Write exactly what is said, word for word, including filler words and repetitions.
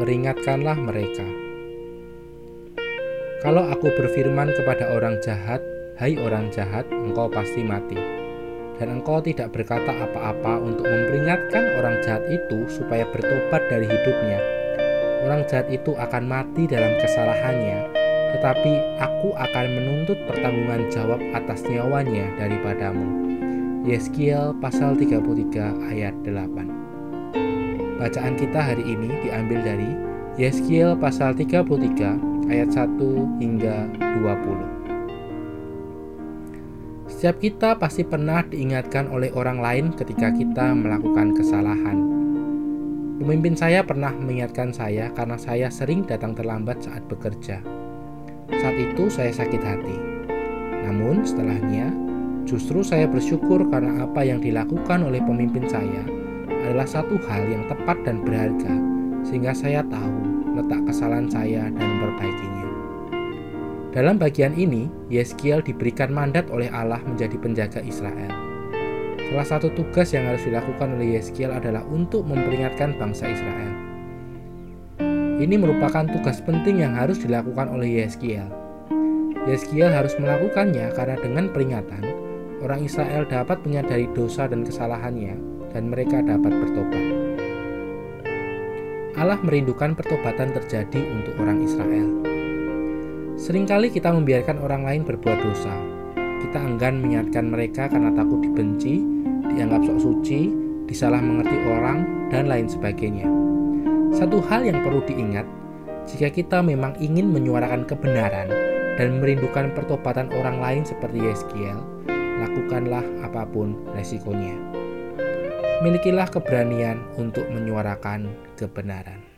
peringatkanlah mereka. Kalau aku berfirman kepada orang jahat, hai orang jahat, engkau pasti mati. Dan engkau tidak berkata apa-apa untuk memperingatkan orang jahat itu supaya bertobat dari hidupnya. Orang jahat itu akan mati dalam kesalahannya, tetapi aku akan menuntut pertanggungan jawab atas nyawanya daripadamu. Yeskiel pasal tiga puluh tiga ayat delapan. Bacaan kita hari ini diambil dari Yeskiel pasal tiga puluh tiga ayat satu hingga dua puluh. Setiap kita pasti pernah diingatkan oleh orang lain ketika kita melakukan kesalahan. Pemimpin saya pernah mengingatkan saya karena saya sering datang terlambat saat bekerja. Saat itu saya sakit hati. Namun setelahnya, justru saya bersyukur karena apa yang dilakukan oleh pemimpin saya adalah satu hal yang tepat dan berharga, sehingga saya tahu letak kesalahan saya dan memperbaikinya. Dalam bagian ini, Yeskiel diberikan mandat oleh Allah menjadi penjaga Israel. Salah satu tugas yang harus dilakukan oleh Yeskiel adalah untuk memperingatkan bangsa Israel. Ini merupakan tugas penting yang harus dilakukan oleh Yeskiel. Yeskiel harus melakukannya karena dengan peringatan, orang Israel dapat menyadari dosa dan kesalahannya dan mereka dapat bertobat. Allah merindukan pertobatan terjadi untuk orang Israel. Seringkali kita membiarkan orang lain berbuat dosa. Kita enggan mengingatkan mereka karena takut dibenci, dianggap sok suci, disalah mengerti orang, dan lain sebagainya. Satu hal yang perlu diingat, jika kita memang ingin menyuarakan kebenaran dan merindukan pertobatan orang lain seperti Yeskiel, lakukanlah apapun resikonya. Milikilah keberanian untuk menyuarakan kebenaran.